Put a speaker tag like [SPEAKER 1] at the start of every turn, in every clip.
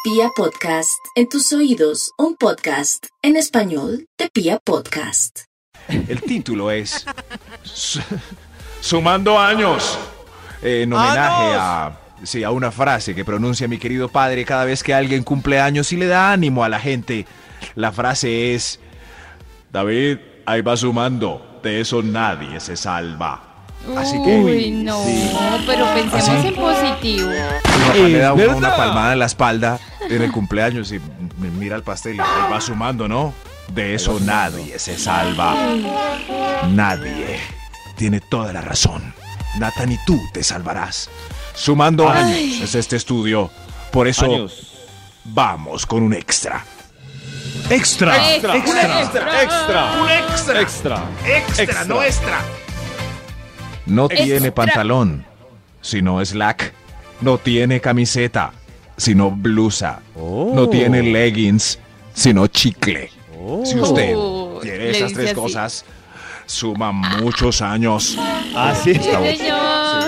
[SPEAKER 1] Pia Podcast, en tus oídos, un podcast en español de Pia Podcast.
[SPEAKER 2] El título es Sumando años, en homenaje a una frase que pronuncia mi querido padre cada vez que alguien cumple años y le da ánimo a la gente. La frase es: David, ahí va sumando, de eso nadie se salva. Así que,
[SPEAKER 3] uy, no,
[SPEAKER 2] sí.
[SPEAKER 3] pero pensemos
[SPEAKER 2] ¿Así?
[SPEAKER 3] en positivo.
[SPEAKER 2] Mi papá le da a uno
[SPEAKER 4] ¿verdad?
[SPEAKER 2] una palmada en la espalda en el cumpleaños y me mira el pastel y ahí va sumando, ¿no? De eso nadie se salva. Nadie. Tiene toda la razón. Nata, ni tú te salvarás. Sumando años es este estudio. Por eso vamos con un extra. ¡Extra!
[SPEAKER 3] Extra.
[SPEAKER 2] ¡Extra nuestra! No tiene pantalón, sino slack. No tiene camiseta, sino blusa. No tiene leggings, sino chicle. Si usted tiene
[SPEAKER 3] le
[SPEAKER 2] esas
[SPEAKER 3] dice
[SPEAKER 2] tres
[SPEAKER 3] así.
[SPEAKER 2] cosas, suma muchos años.
[SPEAKER 4] Así.
[SPEAKER 3] Sí, señor.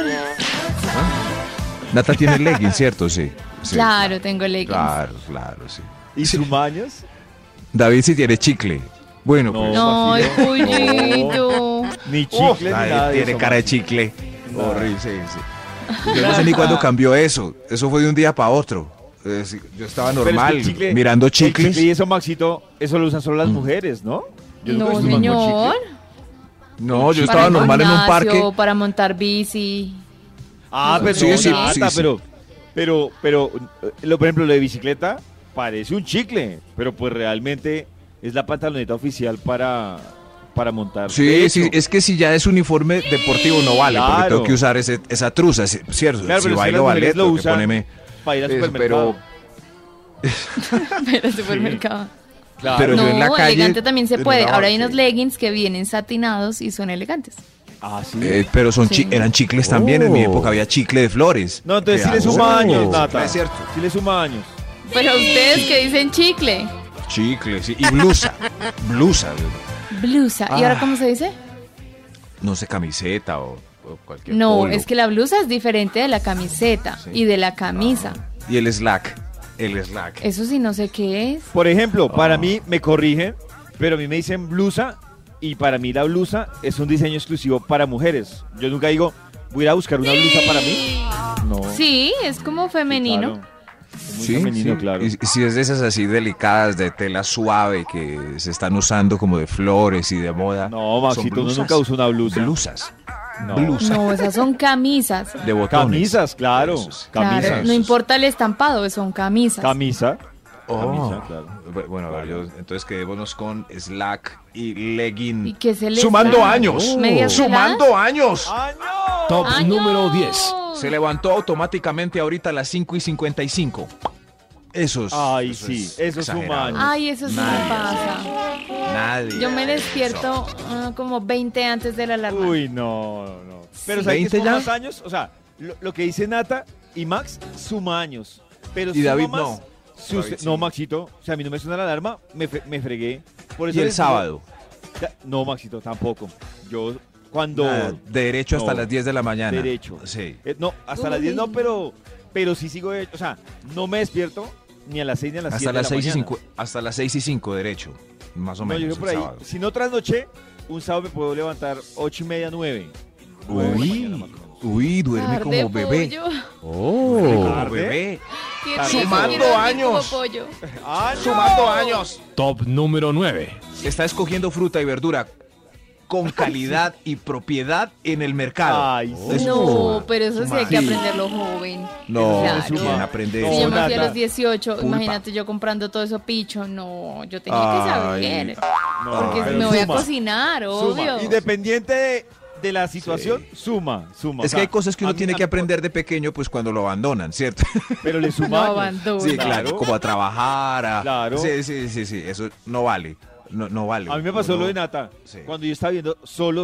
[SPEAKER 2] Nata tiene leggings, ¿cierto? Sí.
[SPEAKER 3] Claro, tengo leggings.
[SPEAKER 2] Claro, sí.
[SPEAKER 4] ¿Y Sumaños?
[SPEAKER 2] David sí tiene chicle. Bueno,
[SPEAKER 4] No.
[SPEAKER 2] pues
[SPEAKER 3] No, ay,
[SPEAKER 4] No.
[SPEAKER 3] pollito.
[SPEAKER 4] Ni chicle ni
[SPEAKER 2] David
[SPEAKER 4] nada de
[SPEAKER 2] tiene
[SPEAKER 4] eso,
[SPEAKER 2] cara de
[SPEAKER 4] Maxi.
[SPEAKER 2] chicle.
[SPEAKER 4] No.
[SPEAKER 2] Horrible, sí. Yo no sé ni cuándo cambió eso. Eso fue de un día para otro. Yo estaba
[SPEAKER 4] Pero es que
[SPEAKER 2] normal,
[SPEAKER 4] el chicle-
[SPEAKER 2] mirando
[SPEAKER 4] el
[SPEAKER 2] chicles.
[SPEAKER 4] chicle y eso, Maxito, eso lo usan solo las mujeres, ¿no? Yo nunca he
[SPEAKER 3] No,
[SPEAKER 4] visto un man con
[SPEAKER 3] señor.
[SPEAKER 4] chicle.
[SPEAKER 2] No, yo
[SPEAKER 3] Para
[SPEAKER 2] estaba
[SPEAKER 3] el
[SPEAKER 2] normal en un
[SPEAKER 3] gimnasio,
[SPEAKER 2] parque.
[SPEAKER 3] para montar bici.
[SPEAKER 4] Ah, pero
[SPEAKER 2] Sí,
[SPEAKER 4] no,
[SPEAKER 2] sí,
[SPEAKER 4] Nata,
[SPEAKER 2] sí.
[SPEAKER 4] pero, por ejemplo, lo de bicicleta parece un chicle, pero pues realmente es la pantaloneta oficial para montar.
[SPEAKER 2] Sí,
[SPEAKER 4] pecho.
[SPEAKER 2] sí, es que si ya es uniforme deportivo no vale, porque
[SPEAKER 4] Claro.
[SPEAKER 2] tengo que usar esa truza, ¿cierto?
[SPEAKER 4] Claro,
[SPEAKER 2] si
[SPEAKER 4] pero es que
[SPEAKER 2] bailo
[SPEAKER 4] las mujeres
[SPEAKER 2] ballet,
[SPEAKER 4] lo
[SPEAKER 2] tengo que
[SPEAKER 4] usan
[SPEAKER 2] ponerme
[SPEAKER 4] para ir al
[SPEAKER 2] eso,
[SPEAKER 4] supermercado.
[SPEAKER 3] Para el supermercado.
[SPEAKER 4] Claro.
[SPEAKER 2] pero yo
[SPEAKER 3] No,
[SPEAKER 2] en la calle,
[SPEAKER 3] elegante también se
[SPEAKER 2] en
[SPEAKER 3] puede.
[SPEAKER 2] una
[SPEAKER 3] Ahora hay
[SPEAKER 2] base.
[SPEAKER 3] unos leggings que vienen satinados y son elegantes.
[SPEAKER 4] Ah, sí.
[SPEAKER 2] Pero
[SPEAKER 3] Sí.
[SPEAKER 2] eran chicles también, en mi época había chicle de flores.
[SPEAKER 4] No, entonces sí
[SPEAKER 2] Que
[SPEAKER 4] le suma
[SPEAKER 2] ahora-
[SPEAKER 4] años, Nata.
[SPEAKER 2] Es cierto.
[SPEAKER 4] Sí le suma años.
[SPEAKER 3] Pero ustedes que dicen chicle,
[SPEAKER 2] Chicle, sí, y blusa, blusa,
[SPEAKER 3] blusa. ¿Y ahora cómo se dice?
[SPEAKER 2] no sé, camiseta o cualquier
[SPEAKER 3] No,
[SPEAKER 2] polo.
[SPEAKER 3] es que la blusa es diferente de la camiseta
[SPEAKER 2] Sí.
[SPEAKER 3] y de la camisa.
[SPEAKER 2] Y el slack.
[SPEAKER 3] Eso sí no sé qué es.
[SPEAKER 4] Por ejemplo, para mí me corrigen, pero a mí me dicen blusa y para mí la blusa es un diseño exclusivo para mujeres. Yo nunca digo, voy a ir a buscar una blusa para mí. No.
[SPEAKER 3] Sí, es como femenino.
[SPEAKER 4] Claro. Es muy femenino, claro.
[SPEAKER 2] Y si es de esas así delicadas, de tela suave, que se están usando como de flores y de moda.
[SPEAKER 4] No, Maxito,
[SPEAKER 2] son
[SPEAKER 4] uno
[SPEAKER 2] blusas.
[SPEAKER 4] nunca usa una blusa.
[SPEAKER 2] Blusas.
[SPEAKER 4] No.
[SPEAKER 2] Blusa.
[SPEAKER 3] No, esas son camisas.
[SPEAKER 2] De botones.
[SPEAKER 4] Camisas, claro.
[SPEAKER 2] Eso sí.
[SPEAKER 4] Camisas.
[SPEAKER 3] Claro, no importa el estampado, son camisas.
[SPEAKER 4] Camisa.
[SPEAKER 2] Oh.
[SPEAKER 4] Camisa, claro.
[SPEAKER 2] Bueno, a ver, entonces quedémonos con slack y legging.
[SPEAKER 3] ¿Y qué se les
[SPEAKER 2] ¡Sumando
[SPEAKER 3] da?
[SPEAKER 2] años!
[SPEAKER 3] ¿Medias
[SPEAKER 2] ¡Sumando años!
[SPEAKER 5] Top
[SPEAKER 3] ¡Años!
[SPEAKER 5] número 10.
[SPEAKER 2] Se levantó automáticamente ahorita a las 5:55. Eso es.
[SPEAKER 4] Ay,
[SPEAKER 2] eso
[SPEAKER 4] sí,
[SPEAKER 2] es
[SPEAKER 4] eso suma
[SPEAKER 2] exagerado.
[SPEAKER 4] años.
[SPEAKER 3] Ay, eso sí
[SPEAKER 2] Nadie
[SPEAKER 3] me pasa.
[SPEAKER 2] Nadie.
[SPEAKER 3] Yo me
[SPEAKER 2] hace
[SPEAKER 3] despierto
[SPEAKER 2] eso.
[SPEAKER 3] como 20 antes de la alarma.
[SPEAKER 4] Uy, no. Pero
[SPEAKER 3] Sí.
[SPEAKER 4] ¿sabes qué
[SPEAKER 2] 20
[SPEAKER 4] suma
[SPEAKER 2] ya?
[SPEAKER 4] más años? O sea, lo que dice Nata y Max suma años. Pero
[SPEAKER 2] Y
[SPEAKER 4] suma
[SPEAKER 2] David
[SPEAKER 4] más
[SPEAKER 2] no.
[SPEAKER 4] si
[SPEAKER 2] David
[SPEAKER 4] usted-
[SPEAKER 2] sí.
[SPEAKER 4] No, Maxito. O sea, a mí no me suena la alarma, me fregué. Por eso
[SPEAKER 2] Y el
[SPEAKER 4] les digo-
[SPEAKER 2] sábado.
[SPEAKER 4] No, Maxito, tampoco. Yo cuando...
[SPEAKER 2] Nada, derecho hasta
[SPEAKER 4] No,
[SPEAKER 2] las 10 de la mañana.
[SPEAKER 4] Derecho.
[SPEAKER 2] Sí.
[SPEAKER 4] No, hasta las 10 no, pero sí sigo derecho. O sea, no me despierto ni a las 6 ni a las 7
[SPEAKER 2] Hasta
[SPEAKER 4] de
[SPEAKER 2] las
[SPEAKER 4] la
[SPEAKER 2] 6 y
[SPEAKER 4] mañana.
[SPEAKER 2] 5, hasta las 6:05 derecho. Más o
[SPEAKER 4] No, yo
[SPEAKER 2] menos.
[SPEAKER 4] creo por
[SPEAKER 2] el
[SPEAKER 4] ahí.
[SPEAKER 2] sábado.
[SPEAKER 4] Si no trasnoché, un sábado me puedo levantar 8:30, 9.
[SPEAKER 2] Uy, duerme
[SPEAKER 3] Tarde,
[SPEAKER 2] como bebé.
[SPEAKER 3] pollo.
[SPEAKER 2] Como
[SPEAKER 4] ¿Tarde?
[SPEAKER 2] bebé.
[SPEAKER 3] Quiero-
[SPEAKER 4] Tarde.
[SPEAKER 3] quiero
[SPEAKER 2] Sumando
[SPEAKER 3] dormir
[SPEAKER 2] años.
[SPEAKER 3] como pollo.
[SPEAKER 2] Sumando años.
[SPEAKER 5] Top número 9.
[SPEAKER 2] Está escogiendo fruta y verdura con calidad y propiedad en el mercado.
[SPEAKER 4] Ay, sí.
[SPEAKER 2] Eso
[SPEAKER 3] No,
[SPEAKER 2] suma,
[SPEAKER 3] pero eso sí
[SPEAKER 2] suma.
[SPEAKER 3] hay que aprenderlo joven.
[SPEAKER 2] No,
[SPEAKER 3] Claro.
[SPEAKER 2] ¿quién aprende
[SPEAKER 4] No,
[SPEAKER 3] Si
[SPEAKER 2] eso?
[SPEAKER 3] yo me fui a
[SPEAKER 4] Nata.
[SPEAKER 3] los 18,
[SPEAKER 2] Culpa.
[SPEAKER 3] imagínate yo comprando todo eso picho. No, yo tenía que saber.
[SPEAKER 2] Ay.
[SPEAKER 3] Porque
[SPEAKER 4] pero
[SPEAKER 3] me voy a
[SPEAKER 4] suma,
[SPEAKER 3] cocinar,
[SPEAKER 4] suma.
[SPEAKER 3] obvio.
[SPEAKER 4] Independiente de la situación, suma.
[SPEAKER 2] Es que hay cosas que
[SPEAKER 4] a
[SPEAKER 2] uno
[SPEAKER 4] mí-
[SPEAKER 2] tiene
[SPEAKER 4] a
[SPEAKER 2] que
[SPEAKER 4] mí-
[SPEAKER 2] aprender de pequeño, pues cuando lo abandonan, ¿cierto?
[SPEAKER 4] Pero le
[SPEAKER 3] No
[SPEAKER 4] suma años.
[SPEAKER 3] abandono.
[SPEAKER 2] Sí, claro, como a trabajar,
[SPEAKER 4] Claro.
[SPEAKER 2] Sí, eso no vale, no vale.
[SPEAKER 4] A mí me pasó
[SPEAKER 2] No,
[SPEAKER 4] lo de Nata.
[SPEAKER 2] Sí.
[SPEAKER 4] Cuando yo estaba viendo solo,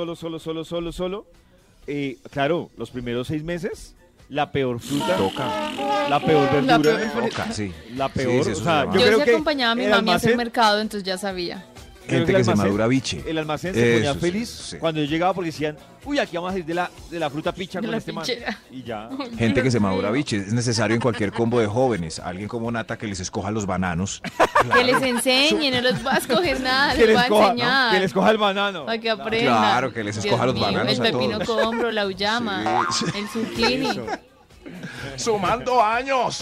[SPEAKER 4] claro, los primeros 6 meses, la peor fruta,
[SPEAKER 2] Toca,
[SPEAKER 4] la peor verdura,
[SPEAKER 3] peor fruta.
[SPEAKER 2] toca, sí.
[SPEAKER 4] la peor.
[SPEAKER 2] Sí,
[SPEAKER 4] o
[SPEAKER 2] eso
[SPEAKER 4] sea,
[SPEAKER 2] se va.
[SPEAKER 4] yo
[SPEAKER 3] Yo
[SPEAKER 4] creo
[SPEAKER 3] sí
[SPEAKER 4] que
[SPEAKER 3] acompañaba a mi
[SPEAKER 4] el
[SPEAKER 3] mami a hacer
[SPEAKER 4] almacén-
[SPEAKER 3] mercado, entonces ya sabía.
[SPEAKER 2] gente que se madura biche.
[SPEAKER 4] El almacén se ponía
[SPEAKER 2] Eso,
[SPEAKER 4] feliz
[SPEAKER 2] sí.
[SPEAKER 4] cuando yo llegaba porque decían, uy, aquí vamos a salir de la fruta picha
[SPEAKER 3] De
[SPEAKER 4] con
[SPEAKER 3] la
[SPEAKER 4] este man.
[SPEAKER 3] pichera.
[SPEAKER 4] Y ya.
[SPEAKER 2] Gente que se madura biche. Es necesario en cualquier combo de jóvenes. Alguien como Nata que les escoja los bananos.
[SPEAKER 3] Que les enseñe, no los va a escoger nada,
[SPEAKER 4] Que
[SPEAKER 3] les va
[SPEAKER 4] les
[SPEAKER 3] a
[SPEAKER 4] coja,
[SPEAKER 3] enseñar.
[SPEAKER 4] que les coja el banano.
[SPEAKER 3] Para que aprendan.
[SPEAKER 2] Claro, que les escoja los bananos
[SPEAKER 3] El
[SPEAKER 2] a
[SPEAKER 3] pepino
[SPEAKER 2] todos.
[SPEAKER 3] combro, la uyama, el zucchini.
[SPEAKER 2] ¡Sumando años!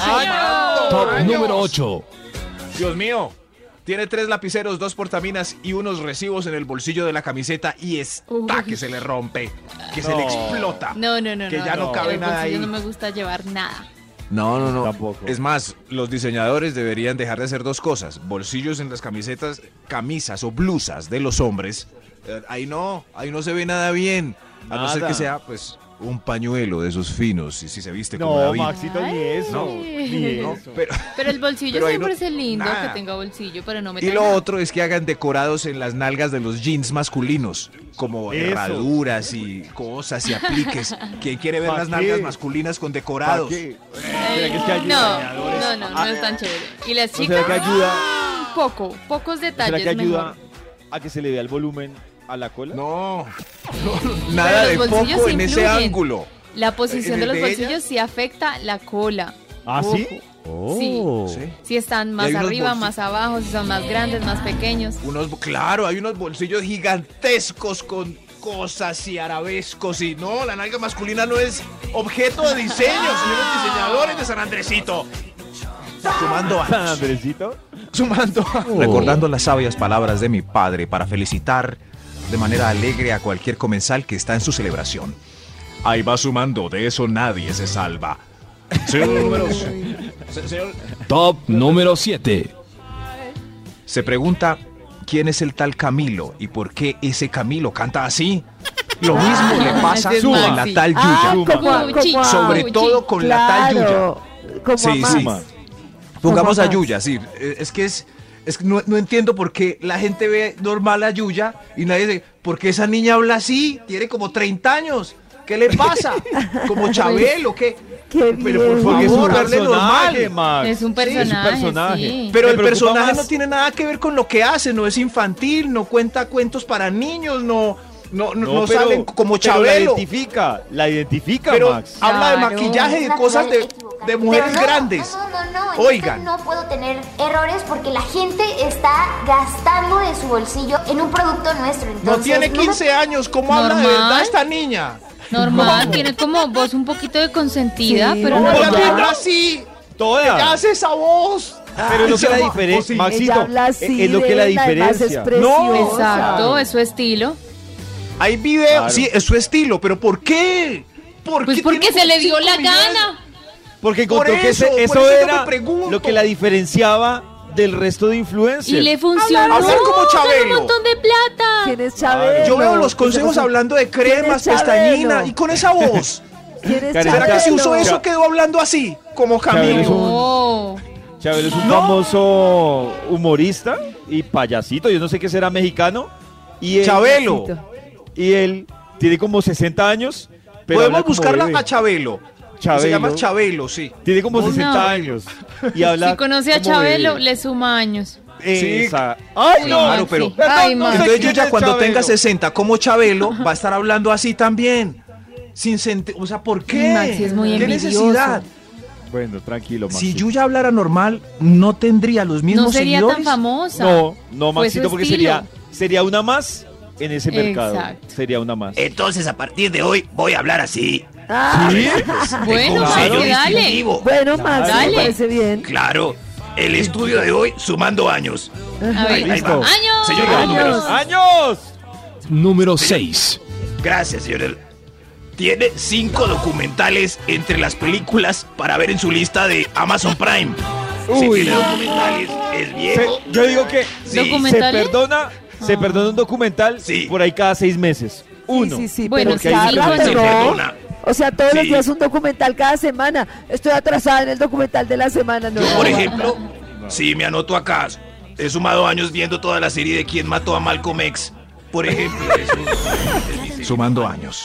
[SPEAKER 5] Top número 8.
[SPEAKER 2] Dios mío. Tiene 3 lapiceros, 2 portaminas y unos recibos en el bolsillo de la camiseta y está
[SPEAKER 3] Uy.
[SPEAKER 2] que se le rompe, que se
[SPEAKER 4] No.
[SPEAKER 2] le explota.
[SPEAKER 3] No,
[SPEAKER 2] Que ya no cabe
[SPEAKER 3] el
[SPEAKER 2] nada
[SPEAKER 3] bolsillo
[SPEAKER 2] ahí.
[SPEAKER 3] no me gusta llevar nada.
[SPEAKER 2] No.
[SPEAKER 4] Tampoco.
[SPEAKER 2] Es más, los diseñadores deberían dejar de hacer 2 cosas. Bolsillos en las camisetas, camisas o blusas de los hombres. Ahí no se ve nada bien. A no ser
[SPEAKER 4] Nada.
[SPEAKER 2] que sea, pues, un pañuelo de esos finos y si se viste como
[SPEAKER 4] No,
[SPEAKER 2] David.
[SPEAKER 4] Maxito, ni eso.
[SPEAKER 2] No,
[SPEAKER 4] Ni
[SPEAKER 2] No,
[SPEAKER 4] eso.
[SPEAKER 2] pero,
[SPEAKER 3] El bolsillo
[SPEAKER 2] Pero ahí
[SPEAKER 3] siempre
[SPEAKER 2] no-
[SPEAKER 3] es el lindo
[SPEAKER 2] nada.
[SPEAKER 3] que tenga bolsillo, pero no me
[SPEAKER 2] y lo otro es que hagan decorados en las nalgas de los jeans masculinos, como
[SPEAKER 4] Eso.
[SPEAKER 2] herraduras y cosas y apliques. ¿Quién quiere ver
[SPEAKER 4] ¿Pa'
[SPEAKER 2] las
[SPEAKER 4] qué?
[SPEAKER 2] nalgas masculinas con decorados?
[SPEAKER 4] ¿Para qué? ¿Será que es que ayuda?
[SPEAKER 3] No es tan chévere. Y las
[SPEAKER 4] ¿No
[SPEAKER 3] chicas,
[SPEAKER 4] será que ayuda?
[SPEAKER 3] pocos
[SPEAKER 4] ¿Será
[SPEAKER 3] detalles
[SPEAKER 4] que ayuda
[SPEAKER 3] mejor.
[SPEAKER 4] a que se le vea el volumen a la cola?
[SPEAKER 2] No, nada de
[SPEAKER 3] los bolsillos
[SPEAKER 2] foco
[SPEAKER 3] sí
[SPEAKER 2] en ese
[SPEAKER 3] influyen.
[SPEAKER 2] ángulo.
[SPEAKER 3] La posición
[SPEAKER 2] ¿En
[SPEAKER 3] de
[SPEAKER 2] el
[SPEAKER 3] los
[SPEAKER 2] de
[SPEAKER 3] bolsillos
[SPEAKER 2] ella?
[SPEAKER 3] sí afecta la cola.
[SPEAKER 4] ¿Ah,
[SPEAKER 3] Ojo.
[SPEAKER 4] sí?
[SPEAKER 2] Sí.
[SPEAKER 3] Si están
[SPEAKER 2] Y
[SPEAKER 3] más
[SPEAKER 2] hay unos
[SPEAKER 3] arriba,
[SPEAKER 2] bolsi-
[SPEAKER 3] más abajo, si son más grandes, más pequeños.
[SPEAKER 2] Claro, hay unos bolsillos gigantescos con cosas y arabescos y no, la nalga masculina no es objeto de diseño, señores diseñadores de San Andresito. Sumando
[SPEAKER 4] San
[SPEAKER 2] años.
[SPEAKER 4] Andresito.
[SPEAKER 2] Sumando. Recordando las sabias palabras de mi padre para felicitar de manera alegre a cualquier comensal que está en su celebración. Ahí va sumando, de eso nadie se salva. Señor números. Señor.
[SPEAKER 5] Top número 7.
[SPEAKER 2] Se pregunta quién es el tal Camilo y por qué ese Camilo canta así. Lo mismo le pasa
[SPEAKER 3] ese es
[SPEAKER 2] con la
[SPEAKER 3] Maxi.
[SPEAKER 2] tal
[SPEAKER 6] Ah,
[SPEAKER 2] Yuya.
[SPEAKER 3] como a-
[SPEAKER 2] Sobre
[SPEAKER 3] Uchi.
[SPEAKER 2] todo con la tal Yuya.
[SPEAKER 6] Claro, como
[SPEAKER 2] Sí,
[SPEAKER 6] a
[SPEAKER 2] sí.
[SPEAKER 6] Max.
[SPEAKER 2] Pongamos
[SPEAKER 6] Como
[SPEAKER 2] a
[SPEAKER 6] Max.
[SPEAKER 2] Yuya, sí. Es que no entiendo por qué la gente ve normal a Yuya y nadie dice, ¿por qué esa niña habla así? Tiene como 30 años. ¿Qué le pasa? ¿Como Chabelo? ¿Qué?
[SPEAKER 6] Qué
[SPEAKER 2] Pero por
[SPEAKER 6] bien.
[SPEAKER 4] Porque es un
[SPEAKER 2] favor, hable
[SPEAKER 4] personaje,
[SPEAKER 2] normal.
[SPEAKER 4] Max.
[SPEAKER 3] Es un personaje,
[SPEAKER 4] Es un personaje.
[SPEAKER 3] sí.
[SPEAKER 2] Pero
[SPEAKER 4] Me
[SPEAKER 2] el
[SPEAKER 4] preocupa
[SPEAKER 2] personaje
[SPEAKER 4] más-
[SPEAKER 2] no tiene nada que ver con lo que hace, no es infantil, no cuenta cuentos para niños, no
[SPEAKER 4] pero-
[SPEAKER 2] salen como
[SPEAKER 4] pero
[SPEAKER 2] Chabelo.
[SPEAKER 4] la identifica,
[SPEAKER 2] Pero
[SPEAKER 4] Max.
[SPEAKER 2] habla de
[SPEAKER 3] Claro.
[SPEAKER 2] maquillaje y de cosas de mujeres
[SPEAKER 7] Pero no,
[SPEAKER 2] grandes.
[SPEAKER 7] No.
[SPEAKER 2] Oigan.
[SPEAKER 7] Entonces no puedo tener errores porque la gente está gastando de su bolsillo en un producto nuestro. Entonces,
[SPEAKER 2] No tiene 15 años, ¿cómo habla de
[SPEAKER 3] Normal.
[SPEAKER 2] verdad esta niña?
[SPEAKER 3] Normal,
[SPEAKER 2] No.
[SPEAKER 3] tiene como voz un poquito de consentida,
[SPEAKER 6] Sí,
[SPEAKER 3] pero
[SPEAKER 6] no,
[SPEAKER 2] Pero
[SPEAKER 6] ya.
[SPEAKER 2] ella
[SPEAKER 3] normal.
[SPEAKER 2] habla así,
[SPEAKER 4] Toda.
[SPEAKER 2] ella hace esa voz.
[SPEAKER 4] Pero es lo
[SPEAKER 2] Ay,
[SPEAKER 4] que la
[SPEAKER 2] se llama-
[SPEAKER 4] diferencia,
[SPEAKER 2] sí.
[SPEAKER 4] Maxito,
[SPEAKER 6] Ella habla así
[SPEAKER 4] es lo que la
[SPEAKER 6] de más
[SPEAKER 4] diferencia.
[SPEAKER 6] expresiosa.
[SPEAKER 3] Exacto, es su estilo.
[SPEAKER 2] Hay videos,
[SPEAKER 4] Claro.
[SPEAKER 2] sí, es su estilo, pero ¿por qué? ¿Por
[SPEAKER 3] Pues
[SPEAKER 2] qué
[SPEAKER 3] porque
[SPEAKER 2] tiene
[SPEAKER 3] se le
[SPEAKER 2] como
[SPEAKER 3] dio
[SPEAKER 2] 5
[SPEAKER 3] la
[SPEAKER 2] millones?
[SPEAKER 3] gana.
[SPEAKER 4] Porque
[SPEAKER 2] Por
[SPEAKER 4] encontró que
[SPEAKER 2] eso
[SPEAKER 4] eso
[SPEAKER 2] yo
[SPEAKER 4] era
[SPEAKER 2] me pregunto.
[SPEAKER 4] lo que la diferenciaba del resto de influencers.
[SPEAKER 3] Y le funcionó.
[SPEAKER 2] Hablar como Chabelo.
[SPEAKER 3] Tiene un montón de plata.
[SPEAKER 6] ¿Quién es Chabelo?
[SPEAKER 2] Yo veo los consejos hablando de cremas,
[SPEAKER 6] ¿Quién es
[SPEAKER 2] pestañina
[SPEAKER 6] Chabelo?
[SPEAKER 2] y con esa voz.
[SPEAKER 6] ¿Quién es
[SPEAKER 4] Karen,
[SPEAKER 2] ¿Será que si
[SPEAKER 6] Chabelo?
[SPEAKER 2] usó eso quedó hablando así? Como
[SPEAKER 4] Chabelo es
[SPEAKER 2] Camilo.
[SPEAKER 3] No.
[SPEAKER 4] Chabelo es un
[SPEAKER 2] No.
[SPEAKER 4] famoso humorista y payasito, yo no sé qué será mexicano. Y él,
[SPEAKER 2] Chabelo.
[SPEAKER 4] Y él tiene como 60 años. Pero
[SPEAKER 2] Podemos
[SPEAKER 4] habla como
[SPEAKER 2] buscarla
[SPEAKER 4] bebé.
[SPEAKER 2] a Chabelo.
[SPEAKER 4] Chabelo.
[SPEAKER 2] Se llama Chabelo, sí.
[SPEAKER 4] Tiene como
[SPEAKER 3] No.
[SPEAKER 4] 60 años. Y habla
[SPEAKER 3] Si conoce a
[SPEAKER 4] como
[SPEAKER 3] Chabelo,
[SPEAKER 4] bebé.
[SPEAKER 3] le suma años.
[SPEAKER 4] Esa.
[SPEAKER 2] Sí.
[SPEAKER 4] ¡Ay,
[SPEAKER 3] Uy,
[SPEAKER 4] no!
[SPEAKER 2] Claro,
[SPEAKER 3] Maxi.
[SPEAKER 2] pero-
[SPEAKER 3] Ay,
[SPEAKER 4] No,
[SPEAKER 3] Maxi.
[SPEAKER 4] no sé
[SPEAKER 2] Entonces yo
[SPEAKER 4] quién
[SPEAKER 2] ya
[SPEAKER 4] es
[SPEAKER 2] cuando
[SPEAKER 4] Chabelo.
[SPEAKER 2] tenga 60 como Chabelo va a estar hablando así también. Sin sentido. O sea, ¿por qué?
[SPEAKER 3] Maxi es muy
[SPEAKER 2] ¿Qué
[SPEAKER 3] envidioso.
[SPEAKER 2] necesidad?
[SPEAKER 4] Bueno, tranquilo, Maxito.
[SPEAKER 2] Si Yuya hablara normal, no tendría los mismos
[SPEAKER 3] No sería
[SPEAKER 2] seguidores.
[SPEAKER 3] tan famosa.
[SPEAKER 4] No,
[SPEAKER 3] Fue
[SPEAKER 4] Maxito,
[SPEAKER 3] su
[SPEAKER 4] porque
[SPEAKER 3] estilo.
[SPEAKER 4] sería una más en ese mercado.
[SPEAKER 3] Exacto.
[SPEAKER 4] Sería una más.
[SPEAKER 8] Entonces, a partir de hoy, voy a hablar así.
[SPEAKER 6] Ah,
[SPEAKER 3] Bueno,
[SPEAKER 8] Con sello
[SPEAKER 3] Maxi, dale.
[SPEAKER 8] distintivo.
[SPEAKER 6] bueno, Max, me
[SPEAKER 3] Dale.
[SPEAKER 6] parece bien.
[SPEAKER 8] Claro, el estudio de hoy, sumando años.
[SPEAKER 3] A ver.
[SPEAKER 8] Ahí va.
[SPEAKER 4] Listo.
[SPEAKER 3] ¡Años!
[SPEAKER 8] Señor de los números.
[SPEAKER 4] ¡Años!
[SPEAKER 5] Número 6.
[SPEAKER 8] Gracias, señor. Tiene 5 documentales entre las películas para ver en su lista de Amazon Prime. Si
[SPEAKER 4] Uy.
[SPEAKER 8] tiene documentales, es viejo.
[SPEAKER 4] Yo digo que
[SPEAKER 8] Sí.
[SPEAKER 4] se
[SPEAKER 3] ¿Documentales?
[SPEAKER 4] perdona un documental
[SPEAKER 8] Sí.
[SPEAKER 4] por ahí cada 6 meses. Uno.
[SPEAKER 6] Sí,
[SPEAKER 3] Bueno,
[SPEAKER 6] pero
[SPEAKER 3] sí,
[SPEAKER 6] cada
[SPEAKER 3] sí,
[SPEAKER 6] rato
[SPEAKER 3] bueno.
[SPEAKER 8] Se
[SPEAKER 6] no.
[SPEAKER 8] perdona.
[SPEAKER 6] O sea, todos los
[SPEAKER 8] Sí.
[SPEAKER 6] días un documental cada semana. Estoy atrasada en el documental de la semana. No,
[SPEAKER 8] Yo, por
[SPEAKER 6] no.
[SPEAKER 8] ejemplo, sí, me anoto acá. He sumado años viendo toda la serie de quién mató a Malcolm X. Por ejemplo, eso es mi serie.
[SPEAKER 2] Sumando años.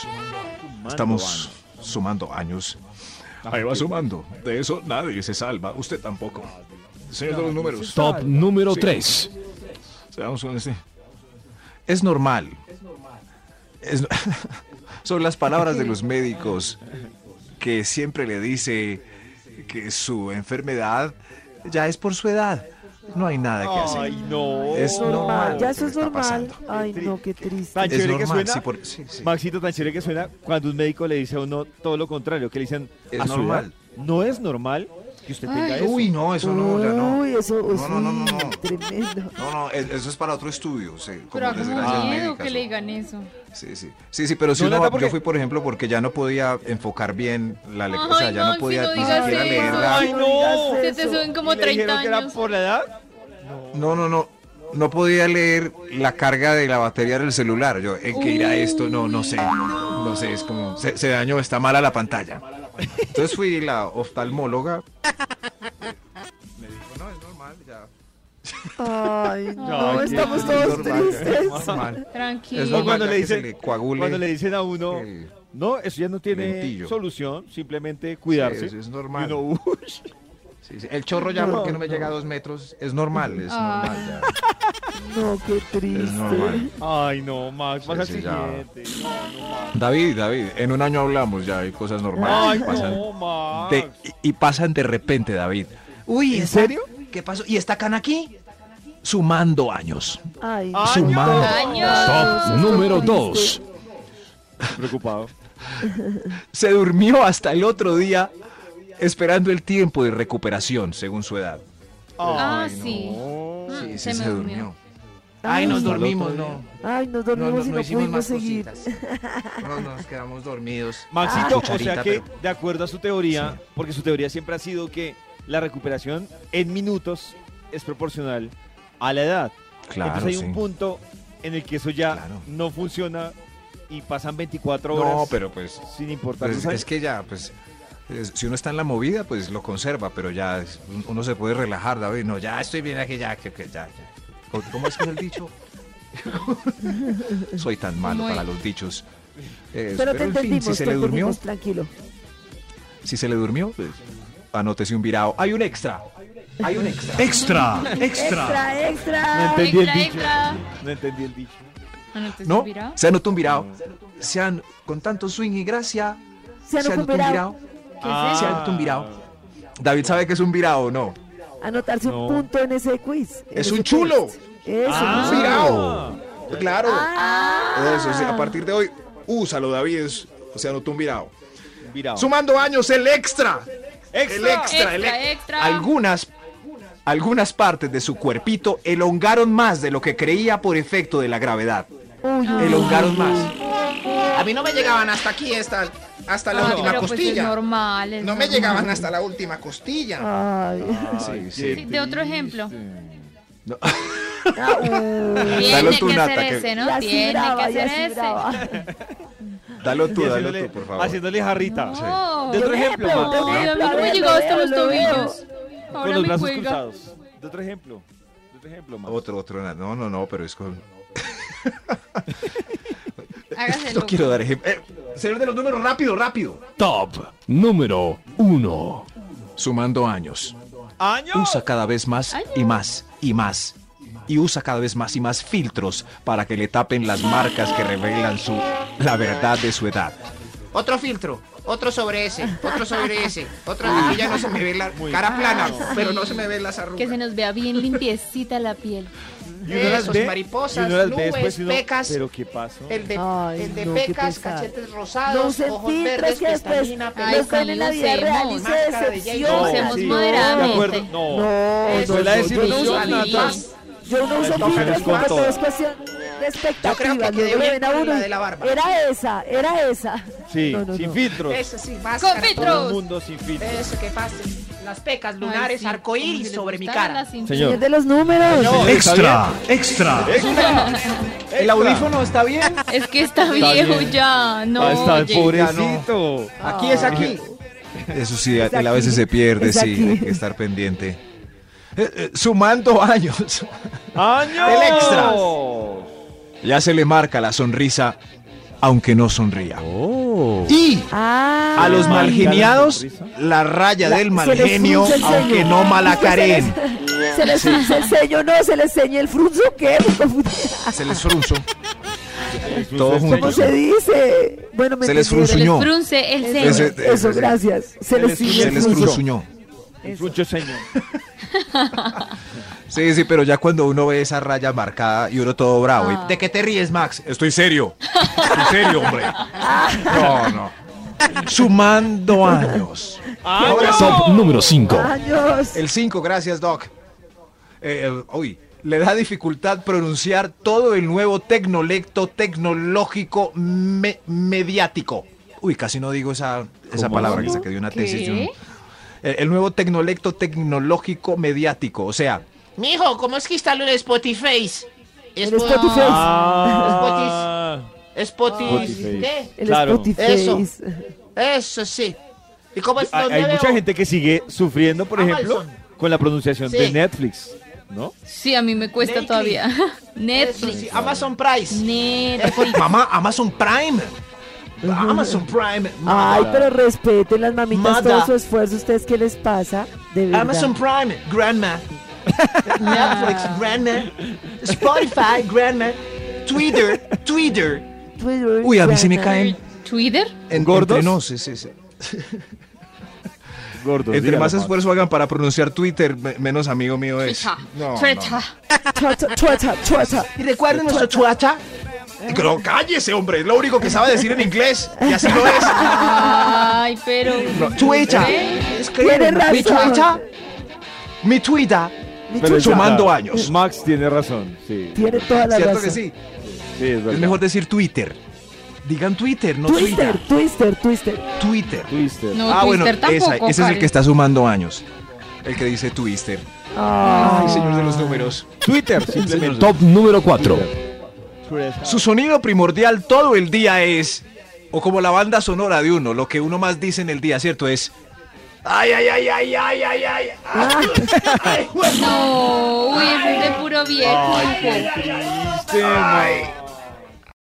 [SPEAKER 2] Estamos sumando años. Ahí va sumando. De eso nadie se salva. Usted tampoco. Señor de los números.
[SPEAKER 5] Top número 3.
[SPEAKER 2] Seamos honestos. Es normal. Es- Son las palabras de los médicos que siempre le dice que su enfermedad ya es por su edad. No hay nada que hacer.
[SPEAKER 4] Ay, no.
[SPEAKER 2] Es normal.
[SPEAKER 6] Ya
[SPEAKER 2] lo
[SPEAKER 6] eso
[SPEAKER 2] que
[SPEAKER 6] es
[SPEAKER 2] está
[SPEAKER 6] normal.
[SPEAKER 2] pasando.
[SPEAKER 6] Ay, no, qué triste.
[SPEAKER 4] Tan
[SPEAKER 2] Es
[SPEAKER 4] chévere que
[SPEAKER 2] normal,
[SPEAKER 4] suena.
[SPEAKER 2] sí.
[SPEAKER 4] Maxito, tan chévere que suena cuando un médico le dice a uno todo lo contrario, que le dicen
[SPEAKER 2] Es
[SPEAKER 4] a su
[SPEAKER 2] normal.
[SPEAKER 4] edad, no es normal que usted tenga eso.
[SPEAKER 2] Uy, no, eso no, ya no.
[SPEAKER 6] Uy, eso
[SPEAKER 2] No.
[SPEAKER 6] tremendo.
[SPEAKER 2] No, eso es para otro estudio. Sí,
[SPEAKER 3] Pero
[SPEAKER 2] como
[SPEAKER 3] como
[SPEAKER 2] desgracias
[SPEAKER 3] miedo
[SPEAKER 2] médicas,
[SPEAKER 3] que le
[SPEAKER 2] o-
[SPEAKER 3] digan eso.
[SPEAKER 2] Sí, pero si
[SPEAKER 4] No,
[SPEAKER 2] uno,
[SPEAKER 4] Nata, porque-
[SPEAKER 2] yo fui, por ejemplo, porque ya no podía enfocar bien la lectura, o sea,
[SPEAKER 3] Ay,
[SPEAKER 2] ya no
[SPEAKER 3] Maxi,
[SPEAKER 2] podía
[SPEAKER 3] no
[SPEAKER 2] ni
[SPEAKER 3] digas
[SPEAKER 2] siquiera
[SPEAKER 3] eso.
[SPEAKER 2] leerla.
[SPEAKER 4] Ay, no.
[SPEAKER 3] Se te suben como
[SPEAKER 4] ¿Y le dijeron
[SPEAKER 3] 30
[SPEAKER 4] que era
[SPEAKER 3] años.
[SPEAKER 4] por la edad?
[SPEAKER 2] No podía leer la carga de la batería del celular. Yo, ¿en qué irá esto? No sé, es como, se dañó, está mala la pantalla. Entonces fui la oftalmóloga. Me dijo, no, es normal, ya.
[SPEAKER 6] Ay, no,
[SPEAKER 4] Ay,
[SPEAKER 6] estamos
[SPEAKER 4] qué
[SPEAKER 6] todos
[SPEAKER 2] normal,
[SPEAKER 6] tristes.
[SPEAKER 2] es normal.
[SPEAKER 3] Tranquilo.
[SPEAKER 2] Es
[SPEAKER 4] O
[SPEAKER 2] normal
[SPEAKER 4] cuando
[SPEAKER 2] ya
[SPEAKER 4] le
[SPEAKER 2] que se
[SPEAKER 4] dicen,
[SPEAKER 2] le coagule
[SPEAKER 4] cuando le dicen a uno,
[SPEAKER 2] el-
[SPEAKER 4] no, eso ya no tiene
[SPEAKER 2] lentillo.
[SPEAKER 4] solución, simplemente cuidarse.
[SPEAKER 2] Sí, es normal.
[SPEAKER 4] Y uno, uy.
[SPEAKER 2] Sí. El chorro ya, porque no me llega a 2 metros, es normal, es normal ya.
[SPEAKER 6] No, qué triste.
[SPEAKER 2] Es normal.
[SPEAKER 4] Ay, no, Max, vas al
[SPEAKER 2] sí, ya.
[SPEAKER 4] siguiente. No, Max.
[SPEAKER 2] David, en un año hablamos ya, hay cosas normales
[SPEAKER 4] Ay,
[SPEAKER 2] que pasan.
[SPEAKER 4] no, Max.
[SPEAKER 2] Y pasan de repente, David. Uy,
[SPEAKER 4] ¿En serio?
[SPEAKER 2] ¿Qué pasó? ¿Y esta cana aquí? Sumando años.
[SPEAKER 6] Ay,
[SPEAKER 2] Sumando.
[SPEAKER 3] Años.
[SPEAKER 5] Top número 2.
[SPEAKER 4] Preocupado.
[SPEAKER 2] Se durmió hasta el otro día esperando el tiempo de recuperación según su edad.
[SPEAKER 3] Ah,
[SPEAKER 4] Ay,
[SPEAKER 3] sí.
[SPEAKER 4] no.
[SPEAKER 2] Sí,
[SPEAKER 3] se me
[SPEAKER 2] se
[SPEAKER 3] durmió.
[SPEAKER 2] durmió.
[SPEAKER 6] Ay,
[SPEAKER 2] nos
[SPEAKER 6] no.
[SPEAKER 2] dormimos, no.
[SPEAKER 6] Ay, nos dormimos y no
[SPEAKER 2] hicimos
[SPEAKER 6] pudimos
[SPEAKER 2] más
[SPEAKER 6] seguir.
[SPEAKER 2] cositas. No, nos quedamos dormidos.
[SPEAKER 4] Maxito, o
[SPEAKER 2] Cucharita,
[SPEAKER 4] sea que,
[SPEAKER 2] pero-
[SPEAKER 4] de acuerdo a su teoría, porque su teoría siempre ha sido que la recuperación en minutos es proporcional a la edad.
[SPEAKER 2] Claro,
[SPEAKER 4] Entonces hay
[SPEAKER 2] sí.
[SPEAKER 4] un punto en el que eso ya
[SPEAKER 2] Claro.
[SPEAKER 4] no funciona y pasan 24 horas
[SPEAKER 2] No, pero pues,
[SPEAKER 4] sin importar
[SPEAKER 2] pues
[SPEAKER 4] los años.
[SPEAKER 2] es que ya, pues, si uno está en la movida, pues lo conserva, pero ya uno se puede relajar, David. No, ya estoy bien aquí, ya. ¿Cómo es que es el dicho? Soy tan malo
[SPEAKER 3] Muy.
[SPEAKER 2] para los dichos.
[SPEAKER 6] Pero te
[SPEAKER 2] en fin,
[SPEAKER 6] entendimos,
[SPEAKER 2] si se le durmió,
[SPEAKER 6] tranquilo.
[SPEAKER 2] pues, anótese un virao. Hay un extra.
[SPEAKER 5] Extra.
[SPEAKER 6] Extra,
[SPEAKER 4] No
[SPEAKER 6] extra.
[SPEAKER 4] entendí el
[SPEAKER 3] Extra,
[SPEAKER 4] dicho.
[SPEAKER 3] extra.
[SPEAKER 4] No entendí el dicho.
[SPEAKER 3] Ah, ¿no te
[SPEAKER 2] ¿No?
[SPEAKER 3] servirá?
[SPEAKER 2] Se anotó un virao. Sean con tanto swing y gracia.
[SPEAKER 6] Se anotó un virao.
[SPEAKER 3] ¿Qué es
[SPEAKER 2] Se
[SPEAKER 3] eso?
[SPEAKER 2] anotó un virao. David sabe que es un virao o no.
[SPEAKER 6] Anotarse
[SPEAKER 4] No.
[SPEAKER 6] un punto en ese quiz. en
[SPEAKER 2] Es
[SPEAKER 6] ese
[SPEAKER 2] un chulo.
[SPEAKER 6] quiz. Eso,
[SPEAKER 4] Ah.
[SPEAKER 6] un
[SPEAKER 2] virao. Claro.
[SPEAKER 6] Ah.
[SPEAKER 2] Eso sí, a partir de hoy, úsalo, David. Se anotó un virao.
[SPEAKER 4] Virao.
[SPEAKER 2] Sumando años, el extra.
[SPEAKER 4] ¡Extra!
[SPEAKER 2] El extra,
[SPEAKER 3] Extra, extra.
[SPEAKER 2] Algunas partes de su cuerpito elongaron más de lo que creía por efecto de la gravedad.
[SPEAKER 6] Uy, uy,
[SPEAKER 2] Elongaron más.
[SPEAKER 8] A mí no me llegaban hasta aquí, hasta la
[SPEAKER 3] Ah,
[SPEAKER 8] última
[SPEAKER 3] pero pues es
[SPEAKER 8] costilla.
[SPEAKER 3] normal. es
[SPEAKER 8] No me
[SPEAKER 3] normal.
[SPEAKER 8] llegaban hasta la última costilla.
[SPEAKER 6] Ay.
[SPEAKER 2] Sí,
[SPEAKER 3] Sí, de otro ejemplo.
[SPEAKER 6] Ah, uy.
[SPEAKER 3] Tiene
[SPEAKER 2] tú,
[SPEAKER 3] que
[SPEAKER 2] Nata,
[SPEAKER 3] hacer
[SPEAKER 2] que-
[SPEAKER 3] ese, ¿no?
[SPEAKER 6] Ya sí
[SPEAKER 3] Tiene
[SPEAKER 6] brava,
[SPEAKER 3] que
[SPEAKER 6] ya
[SPEAKER 3] hacer
[SPEAKER 6] sí
[SPEAKER 3] ese.
[SPEAKER 6] brava.
[SPEAKER 2] Dalo
[SPEAKER 4] Y
[SPEAKER 2] tú,
[SPEAKER 4] haciéndole,
[SPEAKER 2] por favor.
[SPEAKER 4] haciéndole jarrita.
[SPEAKER 3] No.
[SPEAKER 4] De otro ejemplo,
[SPEAKER 6] ejemplo,
[SPEAKER 4] Max.
[SPEAKER 6] de
[SPEAKER 3] Ay, a mí
[SPEAKER 6] ejemplo,
[SPEAKER 3] no me
[SPEAKER 6] a
[SPEAKER 3] llegó
[SPEAKER 6] ver,
[SPEAKER 3] hasta los
[SPEAKER 6] lo veo.
[SPEAKER 3] tobillos.
[SPEAKER 4] Con
[SPEAKER 3] Ahora
[SPEAKER 4] los
[SPEAKER 3] me
[SPEAKER 4] brazos
[SPEAKER 3] cuelga.
[SPEAKER 4] cruzados. De otro ejemplo. De otro ejemplo, Max.
[SPEAKER 2] Otro. No, pero es con...
[SPEAKER 3] Hágaselo.
[SPEAKER 2] No quiero dar ejemplo. Señor de los números, rápido.
[SPEAKER 5] Top número 1.
[SPEAKER 2] Sumando años.
[SPEAKER 4] ¡Años!
[SPEAKER 2] Usa cada vez más y más y más. Y usa cada vez más y más filtros para que le tapen las marcas que revelan la verdad de su edad.
[SPEAKER 8] Otro filtro, otro sobre ese, otro y ya no se me ve la cara plana, pero no se me ven las
[SPEAKER 3] Que se
[SPEAKER 8] arrugas.
[SPEAKER 3] nos vea bien limpiecita la piel.
[SPEAKER 4] Y uno las
[SPEAKER 8] Esos
[SPEAKER 4] ve,
[SPEAKER 8] mariposas,
[SPEAKER 4] y uno las ve
[SPEAKER 8] nubes,
[SPEAKER 4] después y uno,
[SPEAKER 8] pecas.
[SPEAKER 4] ¿pero qué pasó?
[SPEAKER 8] El de
[SPEAKER 6] Ay, no, qué
[SPEAKER 8] pecas,
[SPEAKER 6] pesar.
[SPEAKER 8] cachetes
[SPEAKER 6] No
[SPEAKER 8] rosados,
[SPEAKER 6] usen
[SPEAKER 8] ojos
[SPEAKER 6] filtros
[SPEAKER 8] verdes,
[SPEAKER 6] que después
[SPEAKER 8] pestañina,
[SPEAKER 3] Ay,
[SPEAKER 6] los ven en la
[SPEAKER 3] sí,
[SPEAKER 6] vida real y
[SPEAKER 3] usemos.
[SPEAKER 6] se
[SPEAKER 8] Máscara de
[SPEAKER 6] decepcionan.
[SPEAKER 8] Jason.
[SPEAKER 3] Usemos
[SPEAKER 4] sí,
[SPEAKER 3] moderadamente.
[SPEAKER 4] de acuerdo. No,
[SPEAKER 6] No,
[SPEAKER 4] fue la
[SPEAKER 6] no, yo no
[SPEAKER 4] desilusión,
[SPEAKER 6] uso
[SPEAKER 4] Nata.
[SPEAKER 6] filtros. Yo no uso
[SPEAKER 4] Toca
[SPEAKER 6] filtros
[SPEAKER 4] con
[SPEAKER 6] porque
[SPEAKER 4] todo.
[SPEAKER 6] todo es cuestión de expectativas.
[SPEAKER 8] Yo creo que quedé
[SPEAKER 6] Luego le
[SPEAKER 8] bien
[SPEAKER 6] ven a
[SPEAKER 8] con
[SPEAKER 6] uno
[SPEAKER 8] la
[SPEAKER 6] y,
[SPEAKER 8] de la barba.
[SPEAKER 6] Era esa.
[SPEAKER 4] Sí,
[SPEAKER 6] No,
[SPEAKER 4] sin
[SPEAKER 6] no.
[SPEAKER 4] filtros.
[SPEAKER 8] Eso sí,
[SPEAKER 3] Con
[SPEAKER 8] máscara.
[SPEAKER 4] Todo el
[SPEAKER 3] filtros.
[SPEAKER 4] mundo sin filtros.
[SPEAKER 8] Eso que pase. Las pecas
[SPEAKER 3] Ay,
[SPEAKER 8] lunares,
[SPEAKER 3] sí, como
[SPEAKER 8] arcoíris
[SPEAKER 3] si le
[SPEAKER 8] sobre mi
[SPEAKER 3] gustara
[SPEAKER 8] cara.
[SPEAKER 3] la cintura.
[SPEAKER 4] Señor.
[SPEAKER 6] Señor de los números.
[SPEAKER 4] Señor, ¿está
[SPEAKER 5] Extra.
[SPEAKER 2] ¿El audífono está bien?
[SPEAKER 3] Es que está viejo
[SPEAKER 4] bien.
[SPEAKER 3] ya. No,
[SPEAKER 4] Ah, está
[SPEAKER 3] oye.
[SPEAKER 4] pobrecito.
[SPEAKER 8] Aquí es aquí.
[SPEAKER 2] Eso sí,
[SPEAKER 6] Es
[SPEAKER 2] él a veces
[SPEAKER 6] aquí,
[SPEAKER 2] se pierde,
[SPEAKER 6] es
[SPEAKER 2] sí,
[SPEAKER 6] aquí.
[SPEAKER 2] hay que estar pendiente. Sumando años.
[SPEAKER 4] ¡Años!
[SPEAKER 2] El extra. Ya se le marca la sonrisa, aunque no sonría. Y
[SPEAKER 6] Ah.
[SPEAKER 2] a los malgeniados,
[SPEAKER 4] sonrisa.
[SPEAKER 2] la raya del mal
[SPEAKER 6] se les
[SPEAKER 2] genio,
[SPEAKER 6] frunce el
[SPEAKER 2] aunque
[SPEAKER 6] ceño.
[SPEAKER 2] no malacaren.
[SPEAKER 6] Se les frunce el ceño, no, se les ceñe el frunzo, ¿qué? Me confundí.
[SPEAKER 2] Se les frunzo. Todo junto.
[SPEAKER 6] ¿Cómo se dice? Bueno, me
[SPEAKER 2] Se les
[SPEAKER 6] entendieron.
[SPEAKER 3] Se les
[SPEAKER 2] frunzuñó.
[SPEAKER 3] frunce el ceño.
[SPEAKER 6] Eso, gracias. Se les ciñe
[SPEAKER 2] Se
[SPEAKER 6] el
[SPEAKER 2] les
[SPEAKER 6] frunzo.
[SPEAKER 2] frunzuñó.
[SPEAKER 4] El frucho señor.
[SPEAKER 2] Sí, pero ya cuando uno ve esa raya marcada y uno todo bravo.
[SPEAKER 3] Ah.
[SPEAKER 2] ¿De qué te ríes, Max? Estoy serio. Estoy serio, hombre. No. Sumando años. Ahora sí.
[SPEAKER 5] Top número 5.
[SPEAKER 6] Años.
[SPEAKER 2] El 5, gracias, Doc. Le da dificultad pronunciar todo el nuevo tecnolecto tecnológico mediático. Uy, casi no digo esa palabra que saqué de una tesis.
[SPEAKER 3] ¿Qué?
[SPEAKER 2] El nuevo tecnolecto tecnológico mediático. O sea,
[SPEAKER 8] Mijo, ¿cómo es que instalo el Spotify?
[SPEAKER 6] El Spotify.
[SPEAKER 8] Spotify. ¿Qué?
[SPEAKER 6] El
[SPEAKER 4] Claro.
[SPEAKER 6] Spotify.
[SPEAKER 8] Eso. Eso sí. ¿Y cómo es?
[SPEAKER 4] Hay
[SPEAKER 8] ¿Dónde
[SPEAKER 4] mucha
[SPEAKER 8] veo?
[SPEAKER 4] gente que sigue sufriendo, por ejemplo,
[SPEAKER 8] Amazon.
[SPEAKER 4] con la pronunciación de
[SPEAKER 8] Sí.
[SPEAKER 4] Netflix, ¿no?
[SPEAKER 3] Sí, a mí me cuesta
[SPEAKER 8] Netflix.
[SPEAKER 3] todavía.
[SPEAKER 8] Eso
[SPEAKER 3] Netflix.
[SPEAKER 8] sí, Amazon Price.
[SPEAKER 3] Netflix.
[SPEAKER 2] mamá, Amazon Prime. Amazon Prime.
[SPEAKER 6] Ay, pero respeten las mamitas
[SPEAKER 8] Mada.
[SPEAKER 6] todo su esfuerzo. ¿Ustedes qué les pasa? De verdad.
[SPEAKER 8] Amazon Prime, Grandma. Netflix, Grandma. Spotify, Grandma. Twitter.
[SPEAKER 6] Twitter,
[SPEAKER 2] Uy, a mí sí me
[SPEAKER 6] grandma.
[SPEAKER 2] caen.
[SPEAKER 3] ¿Twitter?
[SPEAKER 4] ¿Gordos?
[SPEAKER 2] Entre, no, sí.
[SPEAKER 4] Gordos.
[SPEAKER 2] Entre
[SPEAKER 4] dígalo,
[SPEAKER 2] más
[SPEAKER 4] Max.
[SPEAKER 2] esfuerzo hagan para pronunciar Twitter, menos amigo mío es.
[SPEAKER 3] Twitter.
[SPEAKER 2] No,
[SPEAKER 3] Twitter.
[SPEAKER 6] Chuata.
[SPEAKER 8] Y recuerden nuestro chuacha.
[SPEAKER 2] Pero cállese, hombre, es lo único que sabe decir en inglés. Y así lo es.
[SPEAKER 3] Ay, pero.
[SPEAKER 2] Tuecha.
[SPEAKER 3] ¿Qué?
[SPEAKER 6] Tiene razón.
[SPEAKER 2] Mi Twitter. Mi Twitter.
[SPEAKER 4] Pero
[SPEAKER 2] Sumando
[SPEAKER 4] ya,
[SPEAKER 2] años.
[SPEAKER 4] Max tiene razón, sí.
[SPEAKER 6] Tiene toda la
[SPEAKER 2] ¿Cierto
[SPEAKER 6] razón.
[SPEAKER 2] que sí?
[SPEAKER 4] Sí, es verdad.
[SPEAKER 2] Es mejor decir Twitter. Digan Twitter, no
[SPEAKER 6] Twister.
[SPEAKER 2] Twitter.
[SPEAKER 6] Twister.
[SPEAKER 2] Twitter.
[SPEAKER 4] Twister.
[SPEAKER 3] No, Twister tampoco.
[SPEAKER 2] ese es el
[SPEAKER 3] Karen.
[SPEAKER 2] que está sumando años. El que dice Twister. Ay, señor de los números.
[SPEAKER 4] Twitter, simplemente.
[SPEAKER 5] Top número 4.
[SPEAKER 2] Su sonido primordial todo el día es, o como la banda sonora de uno, lo que uno más dice en el día, ¿cierto? Es, ay, ay, ay, ay, ay, ay, ay. Ay,
[SPEAKER 3] No, uy, ese es de puro viejo.
[SPEAKER 4] Ay, qué triste, no.